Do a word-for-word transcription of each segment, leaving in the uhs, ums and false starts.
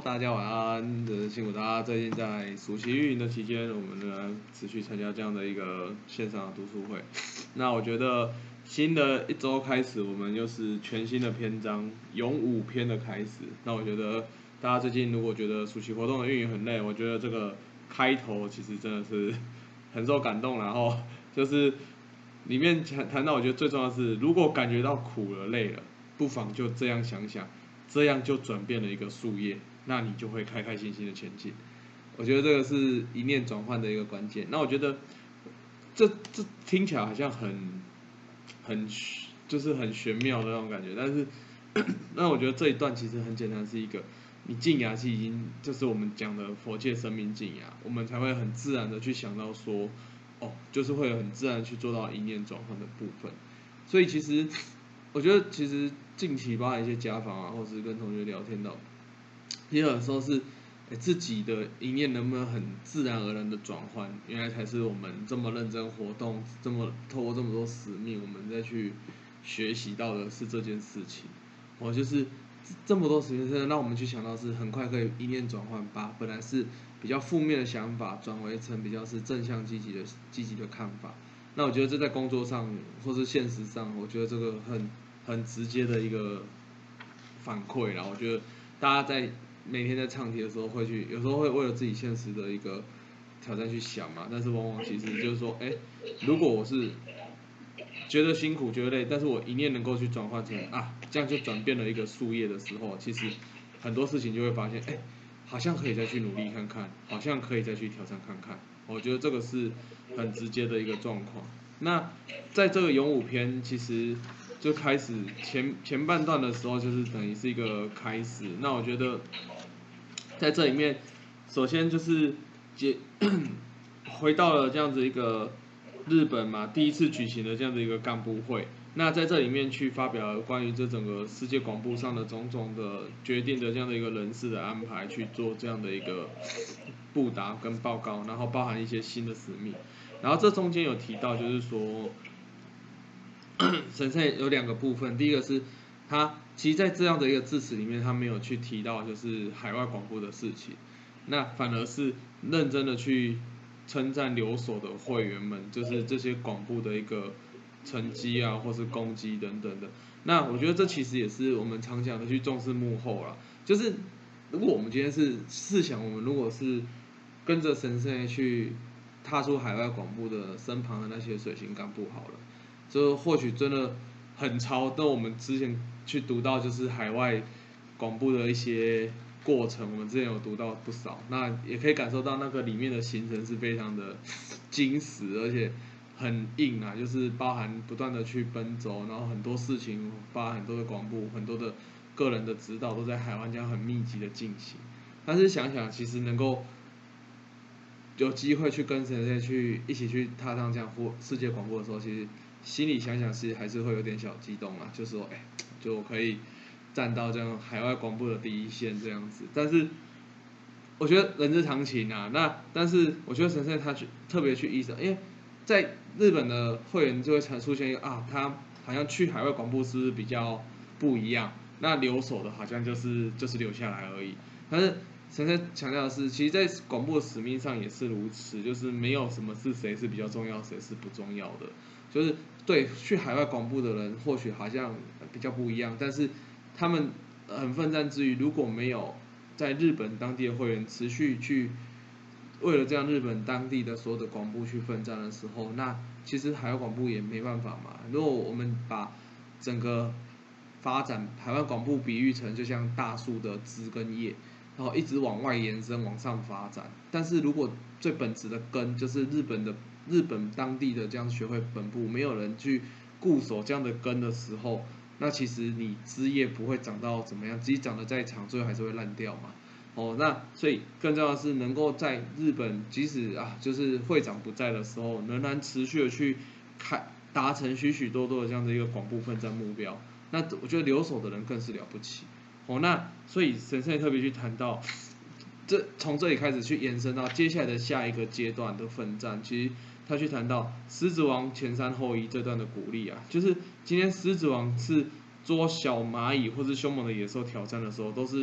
大家晚安，呃，辛苦大家最近在暑期运营的期间，我们呢持续参加这样的一个线上的读书会。那我觉得新的一周开始，我们又是全新的篇章，勇武篇的开始。那我觉得大家最近如果觉得暑期活动的运营很累，我觉得这个开头其实真的是很受感动，然后就是里面谈谈到，我觉得最重要的是，如果感觉到苦了累了，不妨就这样想想。这样就转变了一个树叶，那你就会开开心心的前进。我觉得这个是一念转换的一个关键。那我觉得这这听起来好像很很就是很玄妙的那种感觉，但是那我觉得这一段其实很简单，是一个你静雅是已经就是我们讲的佛界生命静雅，我们才会很自然的去想到说，哦，就是会很自然去做到一念转换的部分。所以其实我觉得其实近期包含一些家访啊，或是跟同学聊天到，其实有时候是、欸、自己的一念能不能很自然而然的转换，原来才是我们这么认真活动，这么透过这么多使命，我们再去学习到的是这件事情。哦，就是这么多时间，真的让我们去想到是很快可以一念转换，把本来是比较负面的想法转为成比较是正向积极的积极的看法。那我觉得这在工作上或是现实上，我觉得这个很很直接的一个反馈啦。我觉得大家在每天在唱题的时候会去，有时候会为了自己现实的一个挑战去想嘛，但是往往其实就是说，哎、欸，如果我是觉得辛苦觉得累，但是我一念能够去转换成啊，这样就转变了一个树叶的时候，其实很多事情就会发现，哎、欸，好像可以再去努力看看，好像可以再去挑战看看。我觉得这个是很直接的一个状况。那在这个勇武篇，其实就开始前前半段的时候，就是等于是一个开始。那我觉得在这里面，首先就是接回到了这样子一个日本嘛，第一次举行的这样的一个干部会。那在这里面去发表关于这整个世界广播上的种种的决定的这样的一个人事的安排，去做这样的一个布达跟报告，然后包含一些新的使命。然后这中间有提到，就是说，神圣有两个部分，第一个是他其实在这样的一个致辞里面，他没有去提到就是海外广播的事情，那反而是认真的去称赞留守的会员们，就是这些广播的一个成绩啊，或是攻击等等的。那我觉得这其实也是我们常讲的去重视幕后啦，就是如果我们今天是试想，我们如果是跟着神圣去踏出海外广播的身旁的那些水行干部好了，就或许真的很超。但我们之前去读到就是海外广播的一些过程，我们之前有读到不少，那也可以感受到那个里面的行程是非常的精实，而且很硬啊，就是包含不断的去奔走，然后很多事情，包含很多的广播，很多的个人的指导都在海湾这样很密集的进行。但是想想，其实能够有机会去跟神仙去一起去踏上这样世界广播的时候，其实心里想想是还是会有点小激动啊，就说哎、欸，就可以站到这样海外广播的第一线这样子。但是我觉得人之常情啊，那但是我觉得神仙他去特别去意识到，因为在日本的会员就会常出现一个啊，他好像去海外广播是不是比较不一样？那留守的好像就是就是留下来而已，但是神仙强调的是，其实，在广播的使命上也是如此，就是没有什么是谁是比较重要，谁是不重要的。就是对去海外广播的人，或许好像比较不一样，但是他们很奋战之余，如果没有在日本当地的会员持续去为了这样日本当地的所有的广播去奋战的时候，那其实海外广播也没办法嘛。如果我们把整个发展海外广播比喻成就像大树的枝跟叶，然后一直往外延伸往上发展。但是如果最本质的根就是日本的日本当地的这样学会本部，没有人去固守这样的根的时候，那其实你枝叶不会长到怎么样，即使长得再长，最后还是会烂掉嘛。哦，那所以更重要的是能够在日本，即使啊就是会长不在的时候，仍然持续的去开达成许许多多的这样的一个广播奋战目标。那我觉得留守的人更是了不起。哦，那所以神圣也特别去谈到，这从这里开始去延伸到接下来的下一个阶段的奋战，其实他去谈到狮子王前三后一这段的鼓励啊，就是今天狮子王是捉小蚂蚁或是凶猛的野兽挑战的时候，都是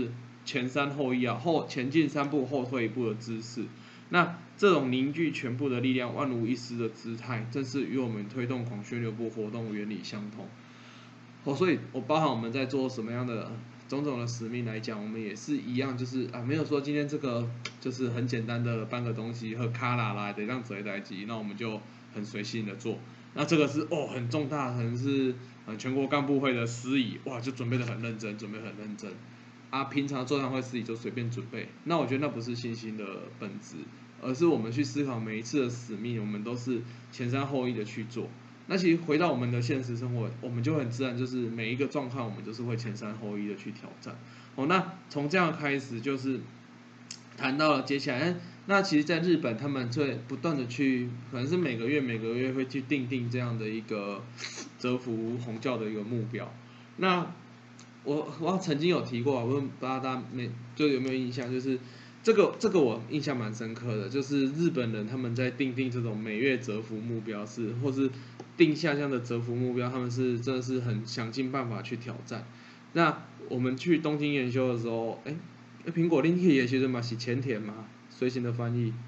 前三后一啊，后前进三步后退一步的姿势。那这种凝聚全部的力量、万无一失的姿态，正是与我们推动孔雀流步活动原理相同。哦，所以我包含我们在做什么样的种种的使命来讲，我们也是一样，就是啊，没有说今天这个就是很简单的搬个东西和卡拉来的让折来机，那我们就很随性的做。那这个是哦很重大，可能是呃全国干部会的司仪，哇，就准备的很认真，准备很认真。啊，平常座谈会司仪就随便准备，那我觉得那不是信心的本质，而是我们去思考每一次的使命，我们都是前三后一的去做。那其实回到我们的现实生活，我们就很自然，就是每一个状况，我们就是会前三后一的去挑战。哦，那从这样开始，就是谈到了接下来，那其实在日本，他们会不断的去，可能是每个月每个月会去定定这样的一个折服红教的一个目标。那我我曾经有提过，我不知道大家没就有没有印象，就是这个这个我印象蛮深刻的，就是日本人他们在定定这种每月折服目标是，或是定下这样的折服目标，他们是真的是很想尽办法去挑战。那我们去东京研修的时候，哎，苹果另一个其实嘛是前田嘛，随行的翻译，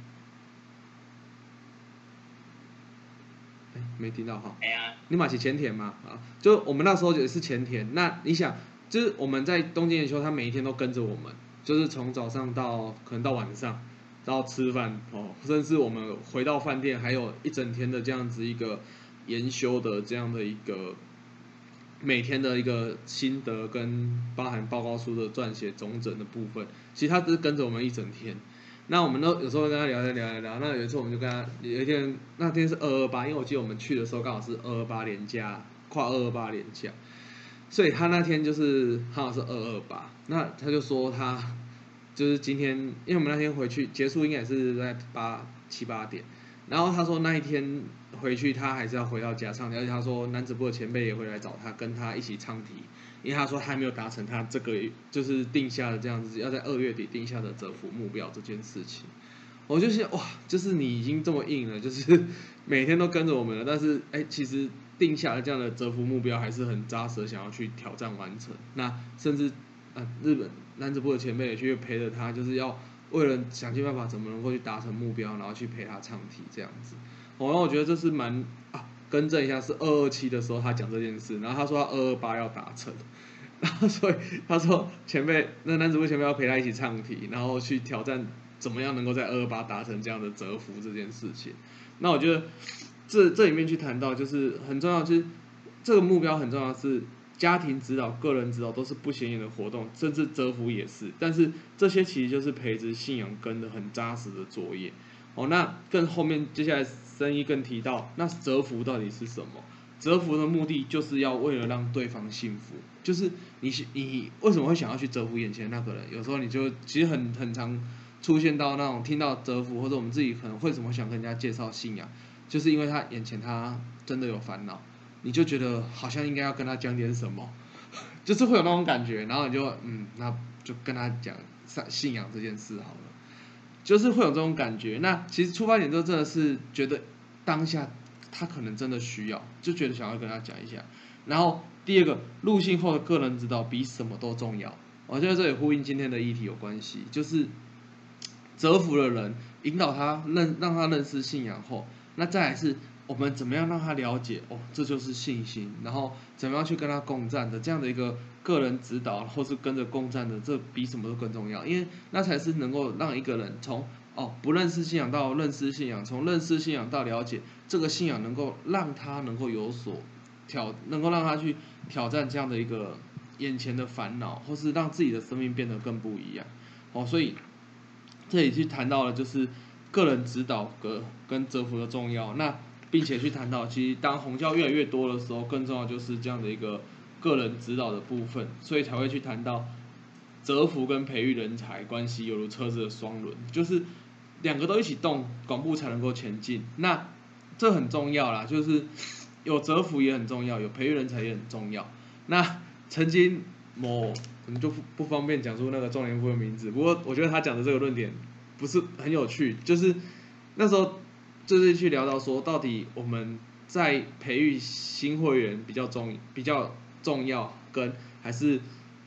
哎，没听到哈。 哎呀， 你嘛是前田嘛啊，就我们那时候也是前田。那你想，就是我们在东京研修，他每一天都跟着我们，就是从早上到可能到晚上，到吃饭哦，甚至我们回到饭店，还有一整天的这样子一个研修的这样的一个每天的一个心得跟包含报告书的撰写总整的部分，其实他只是跟着我们一整天。那我们都有时候跟他聊聊聊聊，那有一次我们就跟他有一天那天是二二八，因为我记得我们去的时候刚好是二二八连假，跨二二八连假，所以他那天就是刚好是二二八，那他就说他就是今天，因为我们那天回去结束应该也是在八七八点，然后他说那一天回去他还是要回到家唱题，而且他说男子部的前辈也会来找他，跟他一起唱题，因为他说他还没有达成他这个就是定下的这样子，要在二月底定下的折服目标这件事情。我就想哇，就是你已经这么硬了，就是每天都跟着我们了，但是哎，其实定下了这样的折服目标还是很扎实，想要去挑战完成。那甚至啊，日本男子部的前辈也去陪着他，就是要为了想尽办法怎么能够去达成目标，然后去陪他唱题这样子。哦，然后我觉得这是蛮啊，更正一下，是二二七的时候他讲这件事，然后他说他二二八要达成，然后所以他说前辈那男子部前辈要陪他一起唱题，然后去挑战怎么样能够在二二八达成这样的折服这件事情。那我觉得这这里面去谈到就是很重要，就是这个目标很重要是。家庭指导、个人指导都是不显眼的活动，甚至折服也是。但是这些其实就是培植信仰根的很扎实的作业。哦，那更后面接下来生意更提到，那折服到底是什么？折服的目的就是要为了让对方幸福，就是你你为什么会想要去折服眼前那个人？有时候你就其实很很常出现到那种听到折服，或者我们自己可能为什么想跟人家介绍信仰，就是因为他眼前他真的有烦恼。你就觉得好像应该要跟他讲点什么，就是会有那种感觉，然后你就嗯，那就跟他讲信仰这件事好了，就是会有这种感觉。那其实出发点就真的是觉得当下他可能真的需要，就觉得想要跟他讲一下。然后第二个，入信后的个人指导比什么都重要，我觉得这也呼应今天的议题有关系，就是折服的人引导他认让他认识信仰后，那再来是。我们怎么样让他了解哦，这就是信心，然后怎么样去跟他共战的这样的一个个人指导，或是跟着共战的，这比什么都更重要，因为那才是能够让一个人从哦不认识信仰到认识信仰，从认识信仰到了解这个信仰，能够让他能够有所挑，能够让他去挑战这样的一个眼前的烦恼，或是让自己的生命变得更不一样。哦，所以这里去谈到了就是个人指导跟跟折服的重要，那。并且去谈到，其实当红教越来越多的时候，更重要就是这样的一个个人指导的部分，所以才会去谈到折服跟培育人才关系犹如车子的双轮，就是两个都一起动，广布才能够前进。那这很重要啦，就是有折服也很重要，有培育人才也很重要。那曾经某我们就不不方便讲出那个中年夫的名字，不过我觉得他讲的这个论点不是很有趣，就是那时候。就是去聊到说，到底我们在培育新会员比较重比较重要，跟还是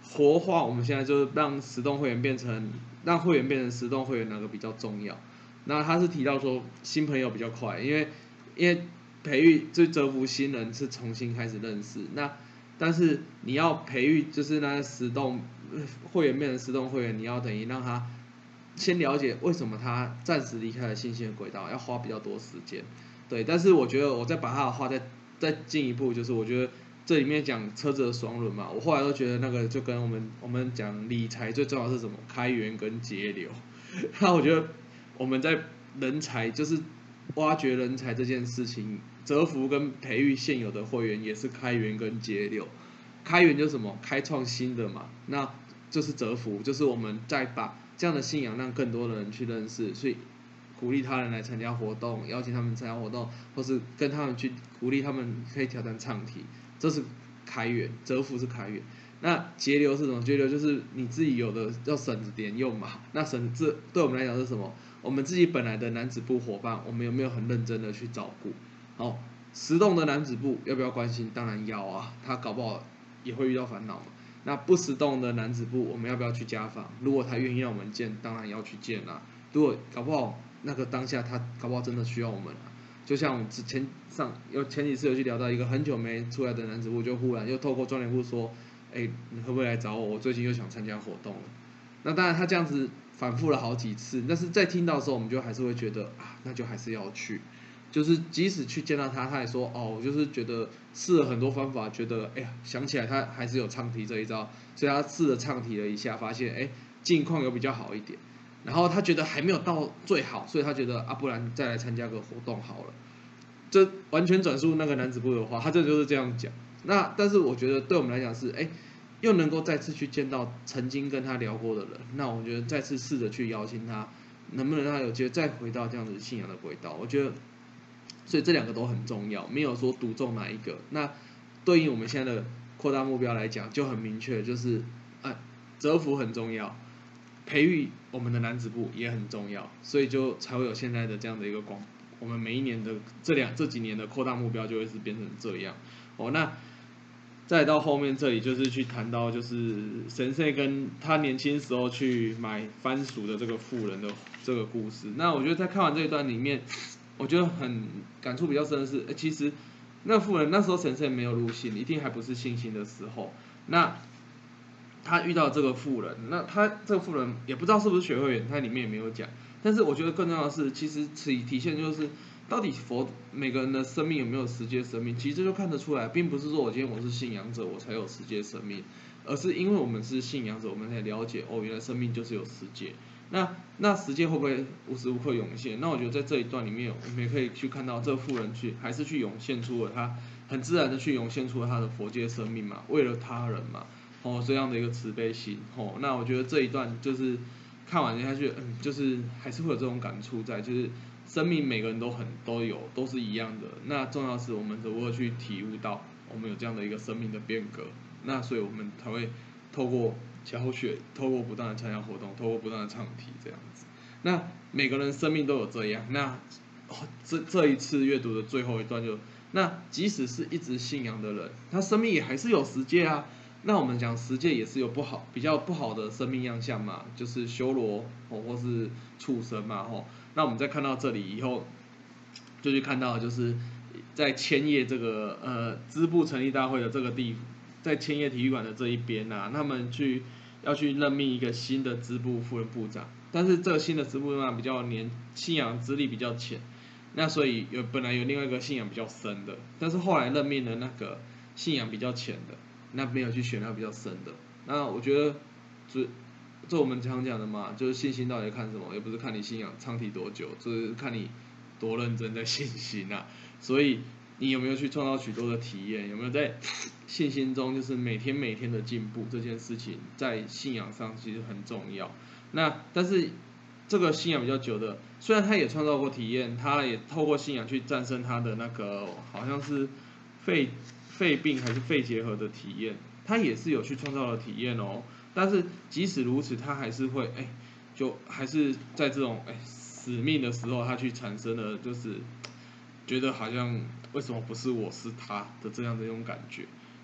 活化，我们现在就是让实动会员变成让会员变成实动会员哪个比较重要？那他是提到说新朋友比较快，因为因为培育就折服新人是重新开始认识，那但是你要培育就是那实动会员变成实动会员，你要等于让他先了解为什么他暂时离开了新兴的轨道，要花比较多时间。对，但是我觉得我再把它的话再再进一步，就是我觉得这里面讲车子的双轮嘛，我后来都觉得那个就跟我们我们讲理财最重要的是什么？开源跟节流。那我觉得我们在人才就是挖掘人才这件事情，折服跟培育现有的会员也是开源跟节流。开源就是什么？开创新的嘛，那就是折服，就是我们再把这样的信仰让更多的人去认识，所以鼓励他人来参加活动，邀请他们参加活动，或是跟他们去鼓励他们可以挑战唱题，这是开源，折服是开源。那节流是什么？节流就是你自己有的要省着点用嘛。那省这对我们来讲是什么？我们自己本来的男子部伙伴，我们有没有很认真的去照顾？好，实动的男子部要不要关心？当然要啊，他搞不好也会遇到烦恼嘛。那不实动的男子部，我们要不要去家访？如果他愿意让我们见，当然要去见啊。如果搞不好那个当下他搞不好真的需要我们啊。就像我们之前上有前几次有去聊到一个很久没出来的男子部，就忽然又透过专联部说，哎、欸，你会不会来找我？我最近又想参加活动了。那当然他这样子反复了好几次，但是在听到的时候，我们就还是会觉得啊，那就还是要去。就是即使去见到他，他也说哦，我就是觉得试了很多方法，觉得哎呀，想起来他还是有唱题这一招，所以他试了唱题了一下，发现哎近况有比较好一点，然后他觉得还没有到最好，所以他觉得啊，不然再来参加个活动好了。这完全转述那个男子部的话，他这就是这样讲。那但是我觉得对我们来讲是哎，又能够再次去见到曾经跟他聊过的人，那我觉得再次试着去邀请他，能不能让他有机会再回到这样子信仰的轨道？我觉得。所以这两个都很重要，没有说独中哪一个。那对应我们现在的扩大目标来讲，就很明确，就是啊，折服很重要，培育我们的男子部也很重要，所以就才会有现在的这样的一个广，我们每一年的这两这几年的扩大目标就会是变成这样。哦，那再到后面这里就是去谈到就是神社跟他年轻时候去买番薯的这个富人的这个故事。那我觉得在看完这一段里面。我觉得很感触比较深的是，欸、其实那妇人那时候神圣没有入信，一定还不是信心的时候。那他遇到这个妇人，那他这个妇人也不知道是不是学会员，他里面也没有讲。但是我觉得更重要的是，其实体体现就是到底佛每个人的生命有没有实际生命，其实这就看得出来，并不是说我今天我是信仰者我才有实际生命，而是因为我们是信仰者，我们才了解哦，原来生命就是有实际。那那时间会不会无时无刻涌现？那我觉得在这一段里面，我们也可以去看到这妇人去还是去涌现出了他很自然的去涌现出了他的佛界生命嘛，为了他人嘛，哦这样的一个慈悲心，哦那我觉得这一段就是看完下去，嗯，就是还是会有这种感触在，就是生命每个人都很都有都是一样的，那重要是我们如何去体悟到我们有这样的一个生命的变革，那所以我们才会透过。教学透过不断的参加活动，透过不断的唱题这样子，那每个人生命都有这样。那、哦、这这一次阅读的最后一段就，那即使是一直信仰的人，他生命也还是有十界啊。那我们讲十界也是有不好比较不好的生命样相嘛，就是修罗哦或是畜生嘛吼。那我们再看到这里以后，就去看到就是在千叶这个呃支部成立大会的这个地方。在千叶体育馆的这一边啊，他们去要去任命一个新的支部副人部长，但是这个新的支部部长比较年信仰资历比较浅，那所以有本来有另外一个信仰比较深的，但是后来任命了那个信仰比较浅的，那没有去选那个比较深的。那我觉得这这我们常讲的嘛，就是信心到底看什么，也不是看你信仰唱题多久，就是看你多认真在信心啊，所以。你有没有去创造许多的体验？有没有在信心中，就是每天每天的进步这件事情，在信仰上其实很重要。那但是这个信仰比较久的，虽然他也创造过体验，他也透过信仰去战胜他的那个好像是肺肺病还是肺结核的体验，他也是有去创造了体验哦。但是即使如此，他还是会哎、欸，就还是在这种哎、欸、使命的时候，他去产生了就是觉得好像。为什么不是我是他的这样的一种感觉？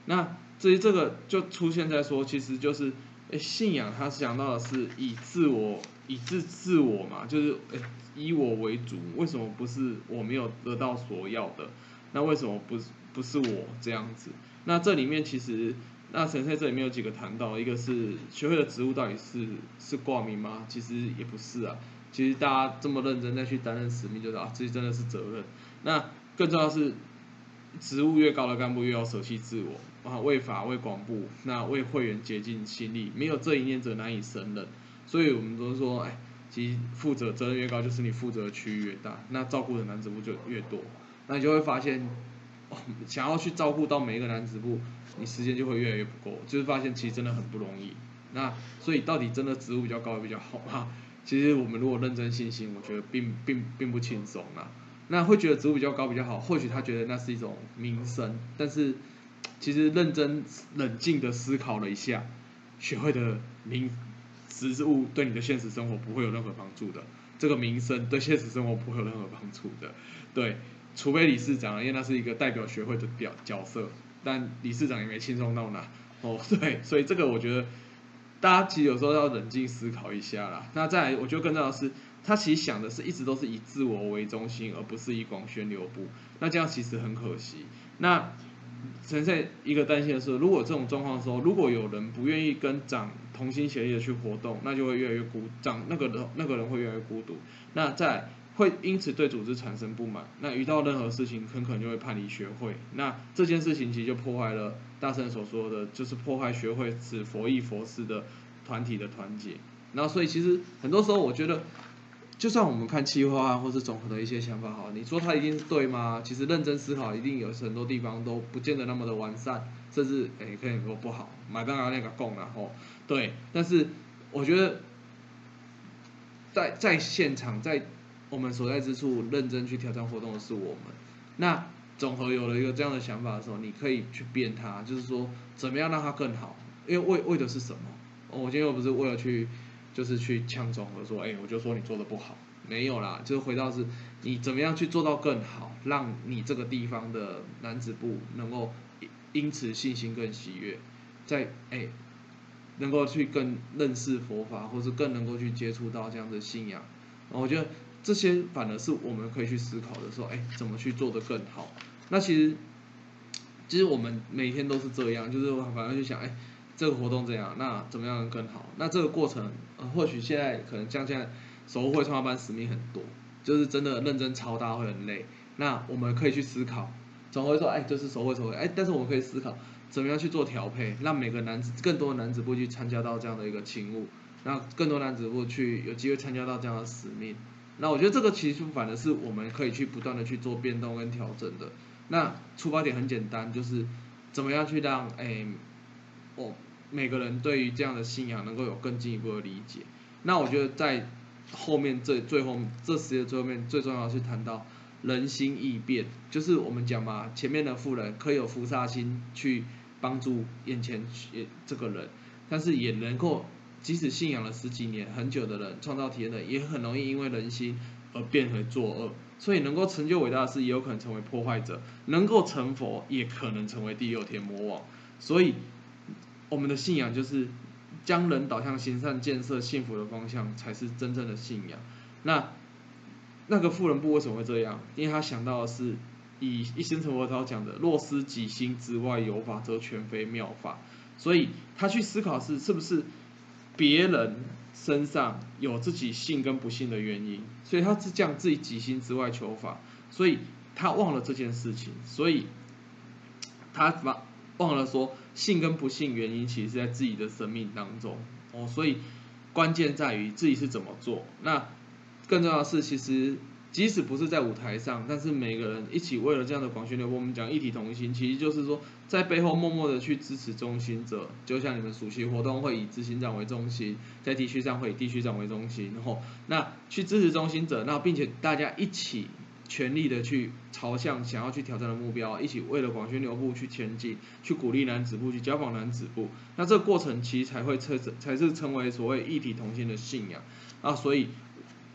那至于这个就出现在说，其实就是诶信仰，他想到的是以自我以自自我嘛，就是诶以我为主，为什么不是我没有得到所要的？那为什么不不是我这样子？那这里面其实，那神在这里面有几个谈到，一个是学会的职务到底是是挂名吗？其实也不是啊。其实大家这么认真再去担任使命，就是啊，这真的是责任。那更重要的是，职务越高的干部越要舍弃自我啊，为法为广布，那为会员竭尽心力，没有这一念则难以胜任。所以我们都说，哎，其实负责责任越高，就是你负责的区域越大，那照顾的男子部就越多，那你就会发现，哦，想要去照顾到每一个男子部，你时间就会越来越不够，就是发现其实真的很不容易。那所以到底真的职务比较高比较好吗？其实我们如果认真信心，我觉得并并并不轻松啦。那会觉得职务比较高比较好，或许他觉得那是一种名声，但是其实认真冷静的思考了一下，学会的名职务对你的现实生活不会有任何帮助的，这个名声对现实生活不会有任何帮助的，对，除非理事长，因为那是一个代表学会的表角色，但理事长也没轻松到哪，哦，对，所以这个我觉得大家其实有时候要冷静思考一下啦。那再来，我觉得更重要的是，他其实想的是一直都是以自我为中心，而不是以广宣流布。那这样其实很可惜。那陈在一个担心的是，如果这种状况的时候，如果有人不愿意跟长同心协力的去活动，那就会越来越孤长那个人那个人会越来越孤独。那再会因此对组织产生不满，那遇到任何事情很可能就会叛离学会。那这件事情其实就破坏了大圣所说的，就是破坏学会使佛义佛事的团体的团结。然后所以其实很多时候我觉得。就算我们看企划案或是总和的一些想法好，你说它一定是对吗？其实认真思考，一定有很多地方都不见得那么的完善，甚至诶可以说不好。买刚刚那个供然后对，但是我觉得在在现场，在我们所在之处认真去挑战活动的是我们。那总和有了一个这样的想法的时候，你可以去变它，就是说怎么样让它更好？因为为为的是什么？哦，我今天又不是为了去。就是去呛总和说，哎、欸，我就说你做的不好，没有啦，就是回到是，你怎么样去做到更好，让你这个地方的男子部能够因此信心更喜悦，在哎、欸，能够去更认识佛法，或是更能够去接触到这样的信仰，我觉得这些反而是我们可以去思考的，说，哎、欸，怎么去做得更好？那其实，其实我们每天都是这样，就是反而去想，哎、欸。这个活动这样，那怎么样能更好？那这个过程，呃、或许现在可能像现在守护会创办使命很多，就是真的认真超大会很累。那我们可以去思考，总会说，哎，这是守会守会，哎，但是我们可以思考怎么样去做调配，让每个男子更多的男子部去参加到这样的一个勤务，让更多男子部去有机会参加到这样的使命。那我觉得这个其实反而是我们可以去不断的去做变动跟调整的。那出发点很简单，就是怎么样去让，哎，哦。每个人对于这样的信仰能够有更进一步的理解。那我觉得在后面这最后这十页最后面最重要的是谈到人心易变，就是我们讲嘛，前面的富人可以有菩萨心去帮助眼前这个人，但是也能够即使信仰了十几年很久的人，创造体验的也很容易因为人心而变回作恶。所以能够成就伟大的事，也有可能成为破坏者；能够成佛，也可能成为第六天魔王。所以。我们的信仰就是将人导向行善、建设幸福的方向，才是真正的信仰。那那个富人部为什么会这样？因为他想到的是以一生成佛教讲的“若思己心之外有法，则全非妙法”。所以他去思考是是不是别人身上有自己信跟不信的原因，所以他是将自己己心之外求法，所以他忘了这件事情，所以他把。忘了说，信跟不信原因其实是在自己的生命当中哦，所以关键在于自己是怎么做。那更重要的是，其实即使不是在舞台上，但是每个人一起为了这样的广宣流播，我们讲一体同心，其实就是说在背后默默的去支持中心者，就像你们暑期活动会以执行长为中心，在地区上会以地区长为中心，然后那去支持中心者，那并且大家一起。全力的去朝向想要去挑战的目标，一起为了广宣流布去前进，去鼓励男子部，去教访男子部，那这个过程其实才会才才是成为所谓一体同心的信仰啊。所以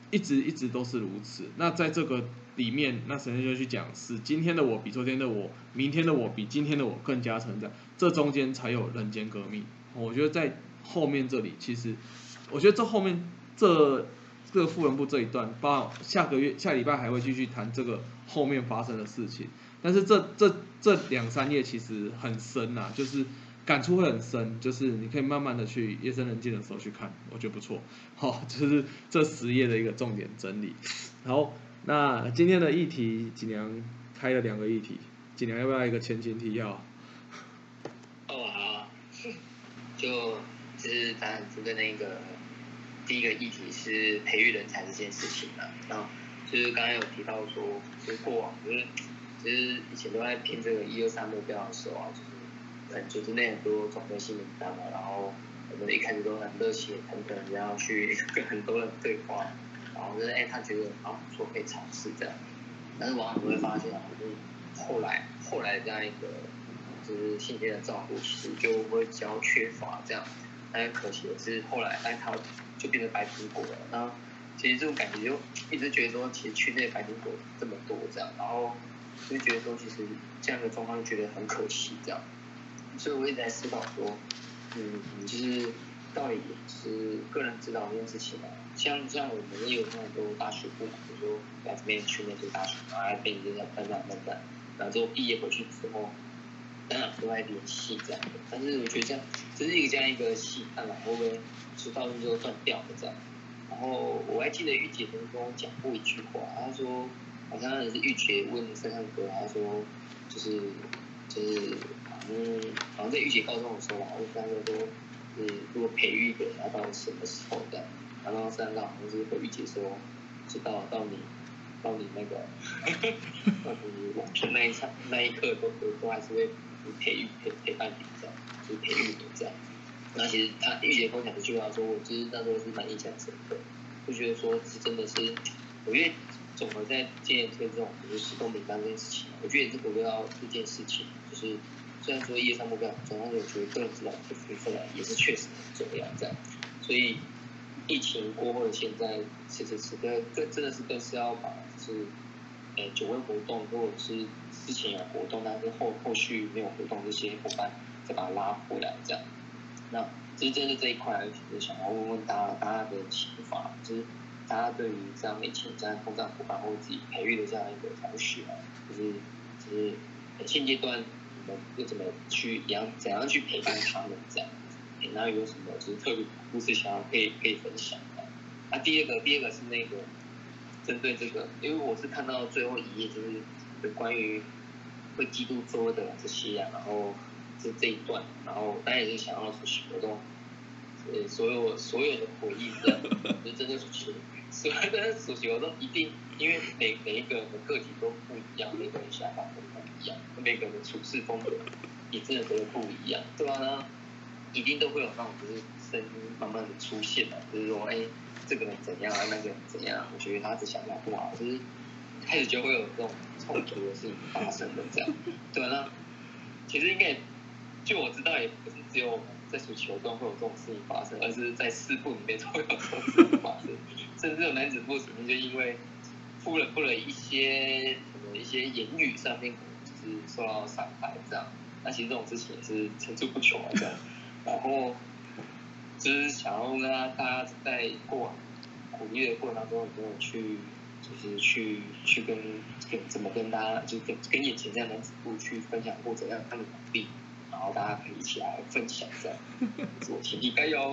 一直一直都是如此。那在这个里面，那神就去讲是今天的我比昨天的我，明天的我比今天的我更加成长，这中间才有人间革命。我觉得在后面这里，其实我觉得这后面这这个富人部这一段，包括下个月下礼拜还会继续谈这个后面发生的事情。但是这这这两三页其实很深呐、啊，就是感触会很深，就是你可以慢慢的去夜深人静的时候去看，我觉得不错。好、哦，就是这十页的一个重点整理。好，那今天的议题，锦良开了两个议题，锦良要不要一个前情提要？ 哦，好，就就是当然针对那个第一个议题是培育人才这件事情啊，然后就是刚刚有提到说，就是过往就是就是以前都在拼这个一二三目标的时候啊，就是很组织内很多种类性名单嘛，然后我们一开始都很热血腾腾，然后去跟很多人对话，然后就是哎、欸、他觉得啊不错可以尝试这样，但是往往都会发现啊，就是后来后来这样一个就是信件的照顾，其实就会比较缺乏这样。但是可惜的是，后来哎它就变成白苹果了。然后其实这种感觉就一直觉得说，其实区内白苹果这么多这样，然后就觉得说，其实这样的状况就觉得很可惜这样。所以我一直在思考说，嗯，就是到底是个人指导这件事情啊，像像我们也有那么多大学部嘛，比如说来这边去那些大学，然后来跟你这样班长班长，然后之后毕业回去之后。当然都在联系这样的，但是我觉得这样，这是一个这样一个戏，看来会不会出道之后断掉了这样。然后我还记得玉姐曾经跟我讲过一句话，她说好像是玉姐问森汉哥，她说就是就是嗯，好像在玉姐高中的时候吧，问森汉哥说，嗯，如果培育一个人要到什么时候这样，然后森汉哥好像是回玉姐说，是到到你。到你那个，到你往生那一场那一刻都都都还是会培育陪陪伴你这样，就是培育你这样。那其实他玉姐跟我讲这句话说，我其实那时候是蛮印象深刻，就觉得说是真的是，我觉得总和在今年推这种就是行动名单这件事情，我觉得也是回归到这件事情，就是虽然说业上目标很重要，但是我觉得个人指导这部分也是确实很重要这样，所以。疫情过后的现在，此时此刻，这真的是更是要把就是诶久违活动或者是之前有活动，但是后后续没有活动这些伙伴再把它拉回来这样。那其实针对这一块，就是想要问问大家大家的想法，就是大家对于这样疫情这样通胀伙伴或者自己培育的这样一个同学啊，就是就是现阶段你们又怎么去怎样怎样去陪伴他们这样？然后有什么就是特别故事想要可以可以分享的？那、啊、第二个第二个是那个针对这个，因为我是看到最后一页就是有关于会嫉妒桌的这些啊，然后是这一段，然后当然也是想要出席活动，呃，所有所有的回忆这样，就真的是所所有的出席活动一定，因为每每一个人的个体都不一样，每个人想法都不一样，每个人的处事风格也真的都不一样，对吧、啊？呢？一定都会有那种就是声音慢慢的出现了，就是说，哎、欸，这个人怎样啊，那个人怎样？我觉得他的想法不好，就是开始就会有这种冲突的事情发生的这样。对，那其实应该，就我知道，也不是只有我们在暑期活动会有这种事情发生，而是在四部里面都会有这种事情发生，甚至有男子部里面就因为付了付了一些可能一些言语上面就是受到伤害这样。那其实这种事情也是层出不穷啊这样。然后就是想要跟大家在过往鼓励的过程当中，有没有去就是去去跟跟怎么跟大家，就跟跟眼前这样男子部去分享过怎样他们的努力，然后大家可以一起来分享这样，我请你加油。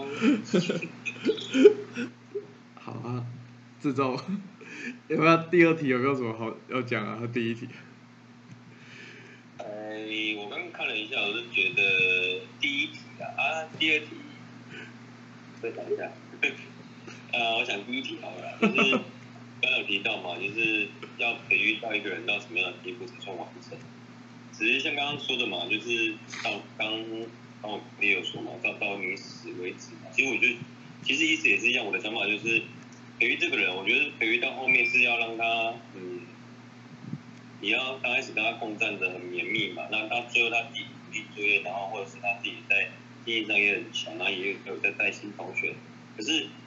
好啊，志忠，有没有第二题有没有什么好要讲啊？和第一题。 哎，我刚刚看了一下，我是觉得第一题啊，啊，第二题，再讲一下。呃，我想第一题好了，就是刚刚有提到嘛，就是要培育到一个人到什么样的地步才算完成。只是像刚刚说的嘛，就是到刚刚我也有说嘛，到到你死为止嘛。其实我觉得，其实意思也是一样，我的想法就是培育这个人，我觉得培育到后面是要让他嗯。你要刚开始跟他共战的很绵密嘛，那到最后他自己独立作业，然后或者是他自己在经济上也很强，然后也有在带新同学。可是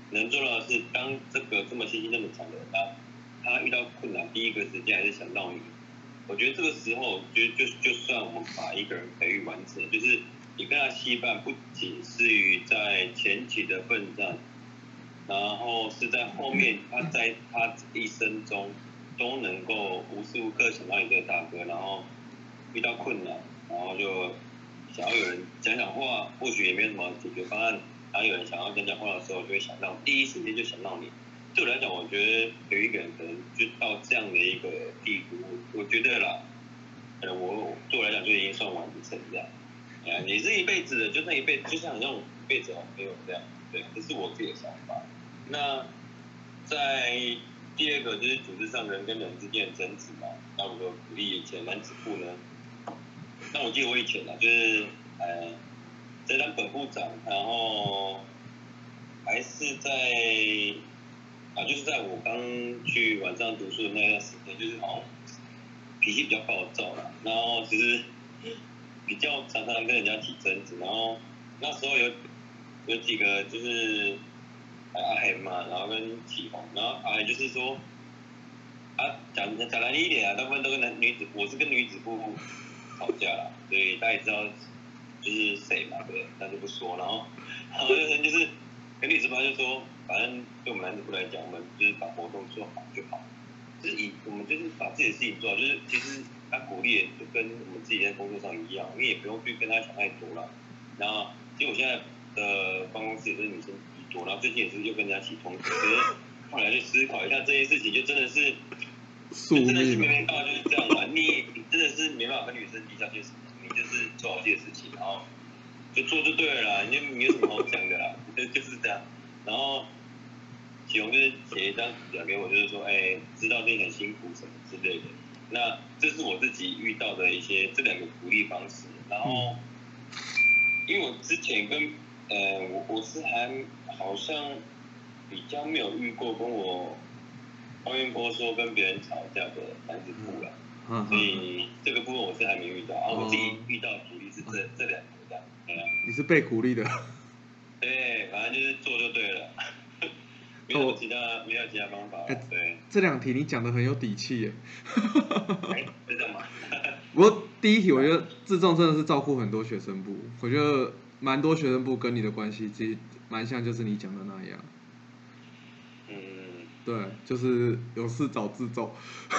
能做到的是，当这个这么信心这么强的人，他他遇到困难，第一个时间还是想到你。我觉得这个时候，就就就算我们把一个人培育完成，就是你跟他羁绊不仅是于在前期的奋战，然后是在后面他在他一生中都能够无时无刻想到你这个大哥，然后遇到困难，然后就想要有人讲讲话，或许也没有什么解决方案，然后有人想要讲讲话的时候，就会想到第一时间就想到你。对我来讲，我觉得有一个人可能就到这样的一个地步，我觉得啦，呃，我对我来讲就已经算完成这样。啊，你是一辈子的，就算一辈子，就像那种一辈子好朋友这样，对，这是我自己的想法。那在第二个就是组织上人跟人之间的争执嘛，那我就鼓励以前男子部呢，那我记得我以前啊，就是呃，在当本部长，然后还是在啊，就是在我刚去晚上读书的那段时间，就是好像脾气比较暴躁啦，然后其实比较常常跟人家起争执，然后那时候有有几个就是阿海嘛，然后跟启宏，然后阿海就是说啊讲讲难听一点啊，大部分都跟男女子，我是跟女子部吵架啦，所以大家也知道就是谁嘛，对不对？那就不说，然后然后就是跟女子部就说，反正对我们男子部来讲，我们就是把活动做好就好。就是以我们就是把自己的事情做好，就是其实他鼓励就跟我们自己在工作上一样，因为也不用去跟他想太多了。然后其实我现在的办公室也是女生居多，然后最近也是又跟人家起冲突，可是后来去思考一下这件事情，就真的是，就真的是没办法就是这样嘛，你你真的是没办法跟女生计较些什么，你就是做好自己的事情，然后就做就对了啦，你就没有什么好讲的啦，就就是这样，然后。启宏就是写一张表给我，就是说，哎、欸，知道自己很辛苦什么之类的。那这是我自己遇到的一些这两个鼓励方式。然后，因为我之前跟呃，我我是还好像比较没有遇过跟我抱怨过说跟别人吵架的男子部啦，嗯、所以这个部分我是还没遇到。然后我自己遇到的鼓励是这、嗯、这两个这样。对啊。 你是被鼓励的。 对，反正就是做就对了。没有其他，没有其他方法。欸、对， 这两题你讲的很有底气耶。 哎、欸，是这样吗？ 不过第一题，我觉得自重真的是照顾很多学生部，我觉得蛮多学生部跟你的关系其实蛮像，就是你讲的那样。 嗯。 对，就是有事找自重。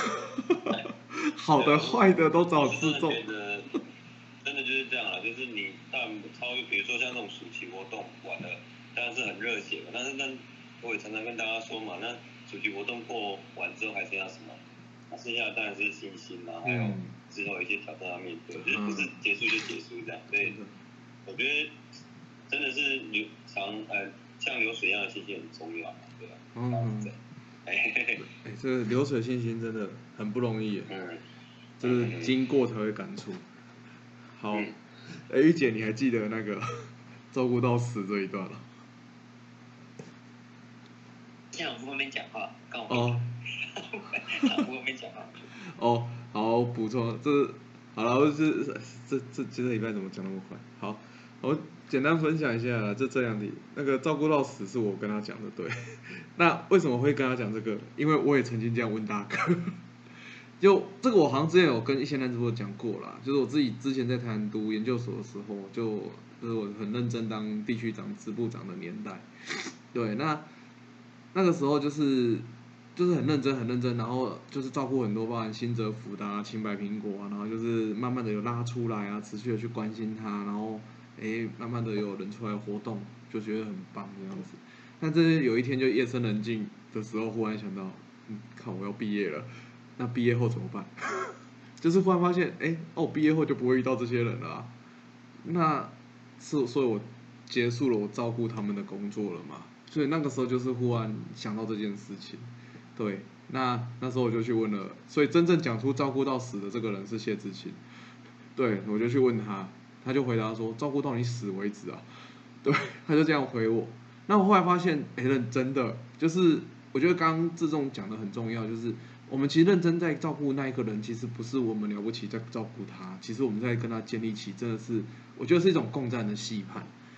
好的坏的都找自重。 真的真的就是这样啦，就是你但超越，比如说像这种暑期活动完了，当然是很热血嘛，但是那。我也常常跟大家说嘛，那暑期活动过完之后还剩下什么？那剩下的当然是信心啦、啊，还有之后一些挑战要面对，就是不是结束就结束这样。所以我觉得真的是流长呃像流水一样的信心很重要，对吧？嗯。 哎，这个流水信心真的很不容易，嗯，就是经过才会感触。好，哎、嗯，玉姐，你还记得那个照顾到死这一段了？ 现在我不那边讲话，刚我哦，我不那边讲话。 哦，好，补充，这好了，我是这这这礼拜怎么讲那么快？好，我简单分享一下，就这两题，那个照顾到死是我跟他讲的，对。那为什么会跟他讲这个？因为我也曾经这样问大哥。就这个，我好像之前有跟一些男主播讲过啦，就是我自己之前在台南读研究所的时候，就就是我很认真当地区长、支部长的年代，对，那。那个时候就是就是很认真很认真，然后就是照顾很多，包含新泽福的啊、青白苹果啊，然后就是慢慢的有拉出来啊，持续的去关心他，然后哎慢慢的有人出来活动，就觉得很棒这样子。但这有一天就夜深人静的时候，忽然想到，嗯，靠，我要毕业了，那毕业后怎么办？就是忽然发现，哎，哦，毕业后就不会遇到这些人了、啊，那是所以我结束了我照顾他们的工作了嘛。所以那个时候就是忽然想到这件事情，对，那那时候我就去问了，所以真正讲出照顾到死的这个人是谢志清，对，我就去问他，他就回答说照顾到你死为止啊，对，他就这样回我。那我后来发现，哎，认真的，就是我觉得刚刚志仲讲的很重要，就是我们其实认真在照顾那一个人，其实不是我们了不起在照顾他，其实我们在跟他建立起真的是，我觉得是一种共战的戏盼。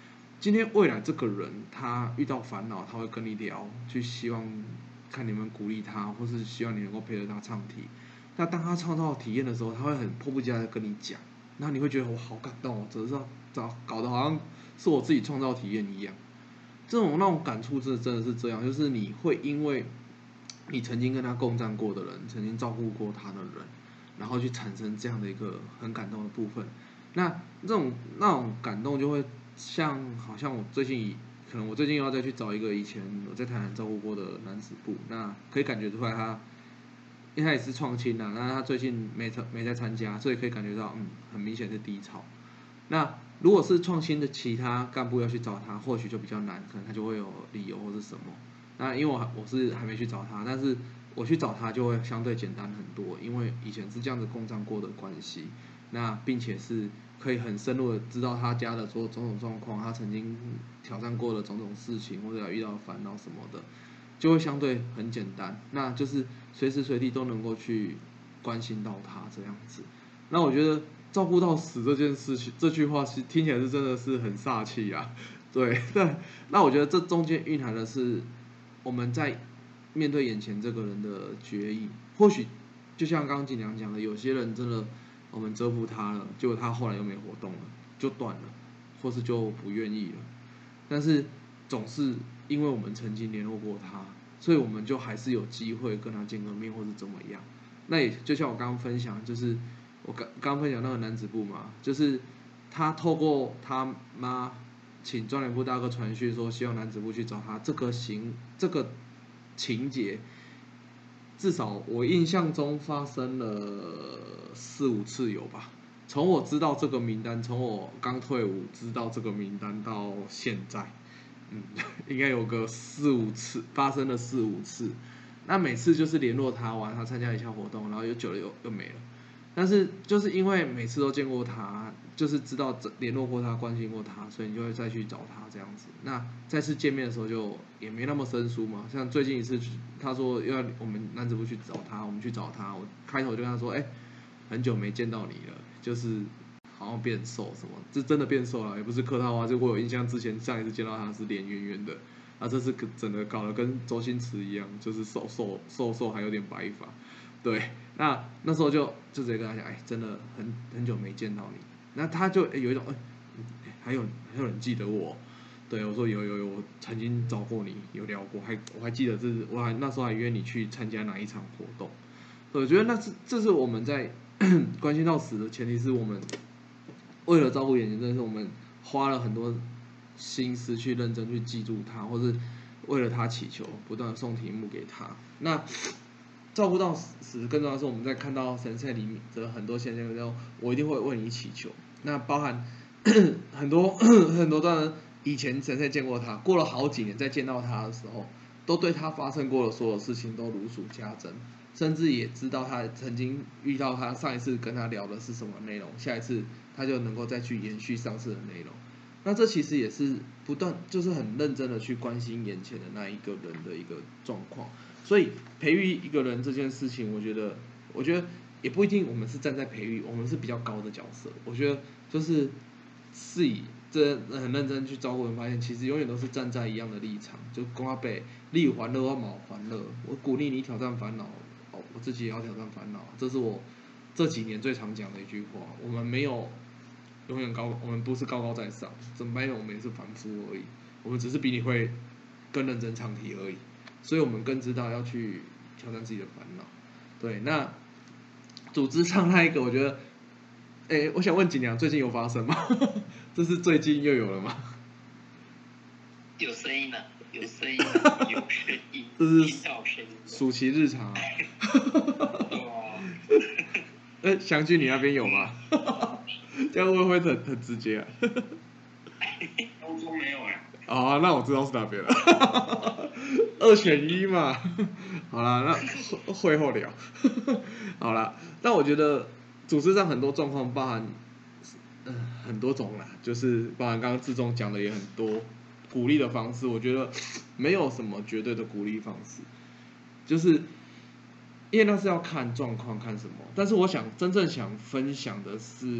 今天未来这个人他遇到烦恼，他会跟你聊，去希望看你们鼓励他，或是希望你能够陪着他唱题。那当他创造体验的时候，他会很迫不及待的跟你讲，然后你会觉得我好感动哦，只是找搞得好像是我自己创造体验一样。这种那种感触真的真的是这样，就是你会因为你曾经跟他共战过的人，曾经照顾过他的人，然后去产生这样的一个很感动的部分。那这种那种感动就会像好像我最近可能我最近要再去找一个以前我在台南照顾过的男子部，那可以感觉出来他，因为他也是创青啊，那他最近没没在参加，所以可以感觉到嗯很明显是低潮。那如果是创新的其他干部要去找他，或许就比较难，可能他就会有理由或是什么。那因为我我是还没去找他，但是我去找他就会相对简单很多，因为以前是这样子共战过的关系。那并且是可以很深入的知道他家的所有种种状况，他曾经挑战过的种种事情，或者遇到烦恼什么的，就会相对很简单。那就是随时随地都能够去关心到他这样子。那我觉得照顾到死这件事情，这句话是听起来是真的是很煞气啊。对对，那我觉得这中间蕴含的是我们在面对眼前这个人的决议。或许就像刚刚锦良讲的，有些人真的我们折服他了，结果他后来又没活动了，就断了，或是就不愿意了。但是总是因为我们曾经联络过他，所以我们就还是有机会跟他见个面，或是怎么样。那也就像我刚刚分享，就是我刚刚分享那个男子部嘛，就是他透过他妈请专员部大哥传讯说，希望男子部去找他，这个行这个情节，至少我印象中发生了四五次有吧。从我知道这个名单，从我刚退伍知道这个名单到现在，嗯，应该有个四五次，发生了四五次。那每次就是联络他完，他参加一下活动，然后又久了又又没了。但是就是因为每次都见过他，就是知道联络过他、关心过他，所以你就会再去找他这样子。那再次见面的时候就也没那么生疏嘛。像最近一次，他说要我们男子部去找他，我们去找他，我开头就跟他说，哎、欸，很久没见到你了，就是好像变瘦什么，这真的变瘦了，也不是客套话。就我有印象之前上一次见到他是脸圆圆的，啊，这次整个搞得跟周星驰一样，就是瘦瘦瘦瘦还有点白发。对，那那时候就就直接跟他讲，哎，真的很很久没见到你。那他就有一种，哎，还有还有人记得我。对，我说有有有，我曾经找过你，有聊过，还我还记得这是我还那时候还约你去参加哪一场活动。我觉得那是这是我们在关心到死的前提，是我们为了照顾眼前，真的是我们花了很多心思去认真去记住他，或是为了他祈求，不断的送题目给他。那照顾到死，更重要的是我们在看到神社里面的很多现象的时候，我一定会为你祈求。那包含很多很多当然以前神社见过他，过了好几年再见到他的时候，都对他发生过的所有事情都如数家珍，甚至也知道他曾经遇到他上一次跟他聊的是什么内容，下一次他就能够再去延续上次的内容。那这其实也是不断，就是很认真的去关心眼前的那一个人的一个状况。所以培育一个人这件事情，我觉得，我觉得也不一定我们是站在培育，我们是比较高的角色。我觉得就是是以这很认真去照顾人，发现其实永远都是站在一样的立场，就公阿北力还乐我冇还乐，我鼓励你挑战烦恼，哦，我自己也要挑战烦恼，这是我这几年最常讲的一句话。我们没有永远高，我们不是高高在上，怎么办？我们也是凡夫而已，我们只是比你会更认真唱题而已。所以我们更知道要去挑战自己的烦恼。对，那组织上那一个，我觉得，哎，我想问锦良，最近有发生吗？这是最近又有了吗？ 有声音了、啊，有声音、啊，有声音， 这是听到声音。 暑期日常啊。哎，祥君你那边有吗？这样会不会很很直接啊？ 欧洲没有哎、欸。 哦，那我知道是哪边了。二选一嘛。好啦，那会后聊。好啦，但我觉得组织上很多状况包含，嗯、呃，很多种啦，就是包含刚刚志忠讲的也很多鼓励的方式，我觉得没有什么绝对的鼓励方式，就是因为那是要看状况看什么，但是我想真正想分享的是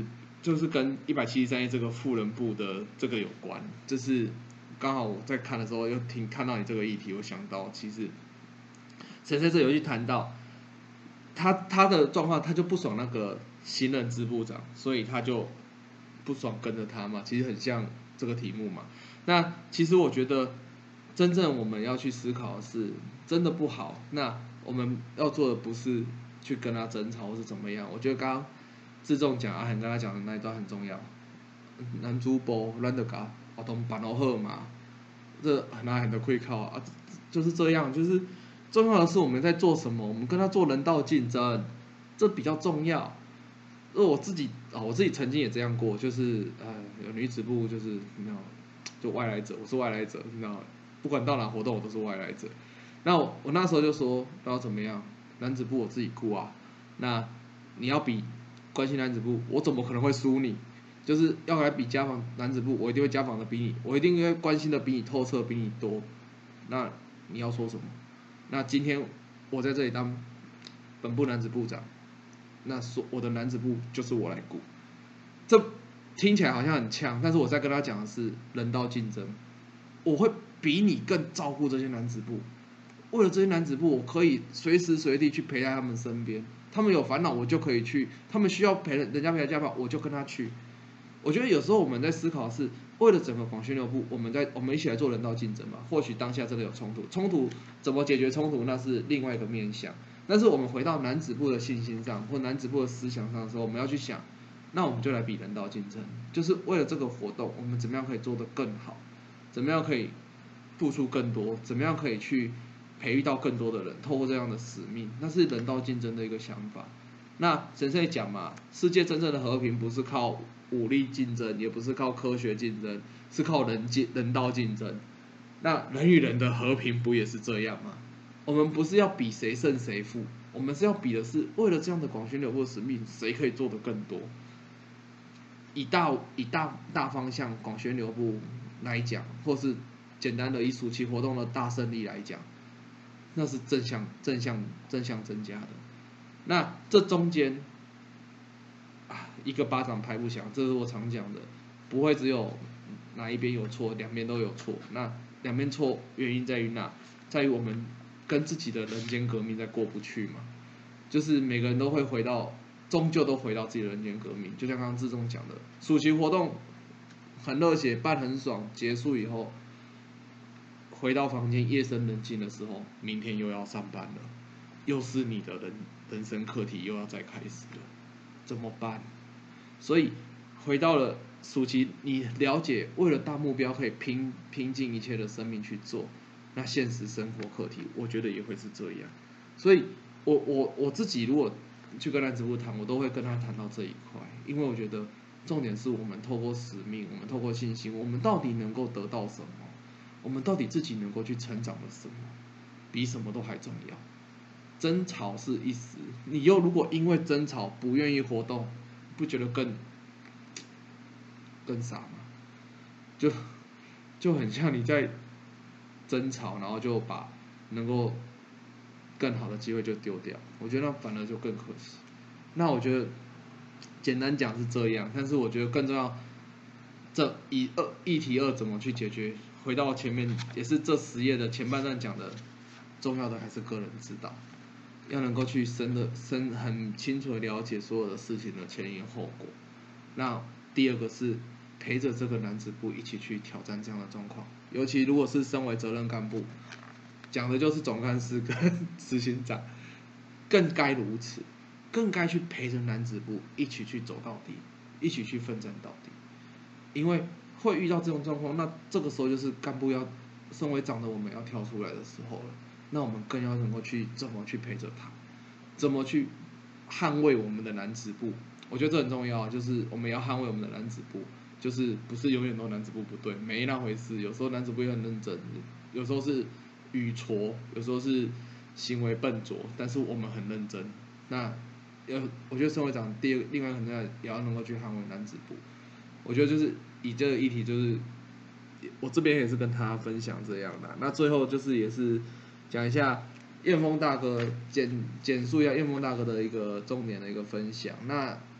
就是跟一百七十三页这个富人部的这个有关，就是刚好我在看的时候又听看到你这个议题，我想到其实神社这游戏谈到他他的状况，他就不爽那个新任支部长，所以他就不爽跟着他嘛，其实很像这个题目嘛。那其实我觉得真正我们要去思考的是，真的不好，那我们要做的不是去跟他争吵或是怎么样。我觉得刚刚志仲讲阿恒跟他讲的那一段很重要，男主播咱就甲活动办好嘛，这很难很的愧靠啊，就是这样，就是重要的是我们在做什么，我们跟他做人道竞争，这比较重要。而我自己啊、哦，我自己曾经也这样过，就是呃，有女子部就是你知道，就外来者，我是外来者，你知道，不管到哪活动我都是外来者。那我我那时候就说，然后怎么样，男子部我自己顾啊，那你要比关心男子部，我怎么可能会输你？就是要来比家访男子部，我一定会家访的比你，我一定会关心的比你透彻，比你多。那你要说什么？那今天我在这里当本部男子部长，那说我的男子部就是我来顾。这听起来好像很呛，但是我在跟他讲的是人道竞争，我会比你更照顾这些男子部。为了这些男子部，我可以随时随地去陪在他们身边。他们有烦恼，我就可以去；他们需要陪人家陪他家访，我就跟他去。我觉得有时候我们在思考的是，为了整个广宣流部，我们在我们一起来做人道竞争嘛。或许当下真的有冲突，冲突怎么解决冲突，那是另外一个面向。但是我们回到男子部的信心上，或男子部的思想上的时候，我们要去想，那我们就来比人道竞争，就是为了这个活动，我们怎么样可以做得更好，怎么样可以付出更多，怎么样可以去培育到更多的人，透过这样的使命，那是人道竞争的一个想法。那神社讲嘛，世界真正的和平不是靠武力竞争，也不是靠科学竞争，是靠人竞人道竞争。那人与人的和平不也是这样吗？我们不是要比谁胜谁负，我们是要比的是为了这样的广宣流部使命，谁可以做得更多。以大以大大方向广宣流部来讲，或是简单的以暑期活动的大胜利来讲，那是正向正向正向增加的。那这中间啊，一个巴掌拍不响，这是我常讲的，不会只有哪一边有错，两边都有错。那两边错原因在于哪？在于我们跟自己的人间革命在过不去嘛。就是每个人都会回到，终究都回到自己的人间革命。就像刚刚志忠讲的，暑期活动很热血，办很爽，结束以后回到房间，夜深人静的时候，明天又要上班了，又是你的人人生课题又要再开始了，怎么办？所以回到了暑期，你了解为了大目标可以拼拼尽一切的生命去做，那现实生活课题，我觉得也会是这样。所以我我我自己如果去跟男子部谈，我都会跟他谈到这一块，因为我觉得重点是我们透过使命，我们透过信心，我们到底能够得到什么？我们到底自己能够去成长的什么？比什么都还重要。争吵是一时，你又如果因为争吵不愿意活动，不觉得更更傻吗？就就很像你在争吵，然后就把能够更好的机会就丢掉，我觉得那反而就更可惜。那我觉得简单讲是这样，但是我觉得更重要，这以二议题二怎么去解决？回到前面也是这十页的前半段讲的，重要的还是个人指导。要能够去深的深很清楚的了解所有的事情的前因后果。那第二个是陪着这个男子部一起去挑战这样的状况，尤其如果是身为责任干部，讲的就是总干事跟执行长，更该如此，更该去陪着男子部一起去走到底，一起去奋战到底。因为会遇到这种状况，那这个时候就是干部要身为长的我们要跳出来的时候了。那我们更要能够去怎么去陪着他，怎么去捍卫我们的男子部，我觉得这很重要，就是我们要捍卫我们的男子部，就是不是永远都男子部不对，没那回事，有时候男子部也很认真，有时候是语拙，有时候是行为笨拙，但是我们很认真。那要我觉得身为长第二另外很重要，也要能够去捍卫男子部。我觉得就是以这个议题，就是我这边也是跟他分享这样的。那最后就是也是讲一下燕峰大哥简简述一下燕峰大哥的一个重点的一个分享。那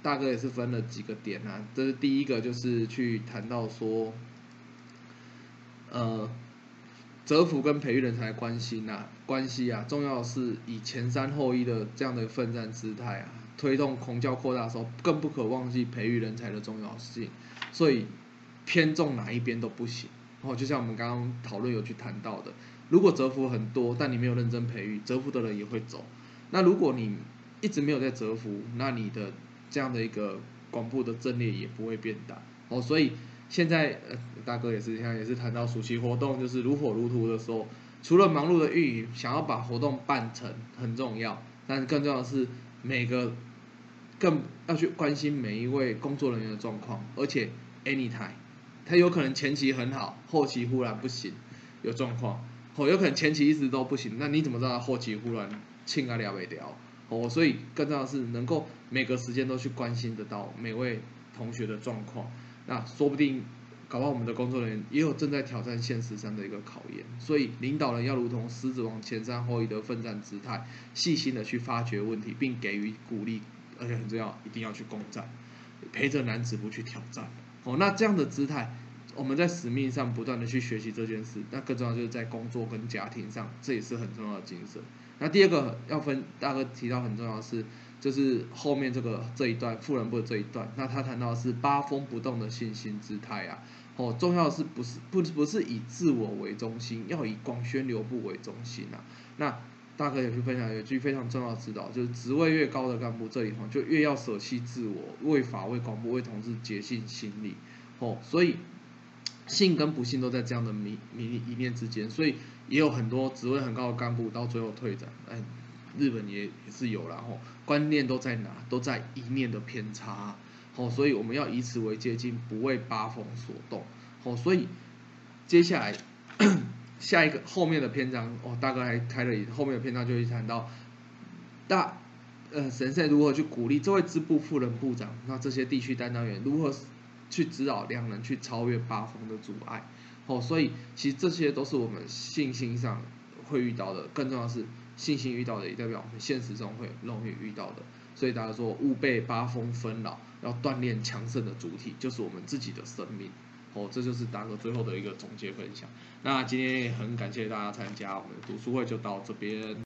大哥也是分了几个点啊，这是第一个就是去谈到说，呃，泽福跟培育人才的关系呐，关系啊，重要的是以前三后一的这样的奋战姿态啊，推动孔教扩大的时候，更不可忘记培育人才的重要性，所以偏重哪一边都不行。哦，就像我们刚刚讨论有去谈到的，如果泽福很多，但你没有认真培育，泽福的人也会走。那如果你一直没有在泽福，那你的这样的一个广布的阵列也不会变大。哦，所以现在呃大哥也是现在也是谈到暑期活动就是如火如荼的时候，除了忙碌的运营，想要把活动办成很重要，但是更重要的是每个更要去关心每一位工作人员的状况，而且 anytime。他有可能前期很好，后期忽然不行，有状况。哦，有可能前期一直都不行，那你怎么知道他后期忽然清啊了不了？哦，所以更重要的是能够每个时间都去关心得到每位同学的状况。那说不定搞不好我们的工作人员也有正在挑战现实上的一个考验。所以领导人要如同狮子往前山后一的奋战姿态，细心的去发掘问题，并给予鼓励，而且很重要，一定要去攻占，陪着男子不去挑战。哦，那这样的姿态，我们在使命上不断的去学习这件事，那更重要就是在工作跟家庭上，这也是很重要的精神。那第二个要分，大哥提到很重要的是，就是后面这个这一段富人部的这一段，那他谈到的是八风不动的信心姿态啊。哦，重要的是不是不不是以自我为中心，要以广宣流布为中心啊。那大哥也去分享有一句非常重要的指导，就是职位越高的干部，这里哈就越要舍弃自我，为法、为广播、为同志竭尽心力。哦，所以信跟不信都在这样的迷迷一念之间，所以也有很多职位很高的干部到最后退展。哎，日本也也是有啦，吼，观念都在哪？都在一念的偏差。哦，所以我们要以此为借鉴，不为八风所动。哦，所以接下来。下一个后面的篇章哦，大哥还开了后面的篇章就会谈到大呃神社如何去鼓励这位支部副人部长，那这些地区担当员如何去指导两人去超越八风的阻碍。哦，所以其实这些都是我们信心上会遇到的，更重要的是信心遇到的，也代表我们现实中会容易遇到的。所以大家说勿被八风纷扰，要锻炼强盛的主体，就是我们自己的生命。哦，这就是大哥最后的一个总结分享。那今天也很感谢大家参加我们的读书会，就到这边。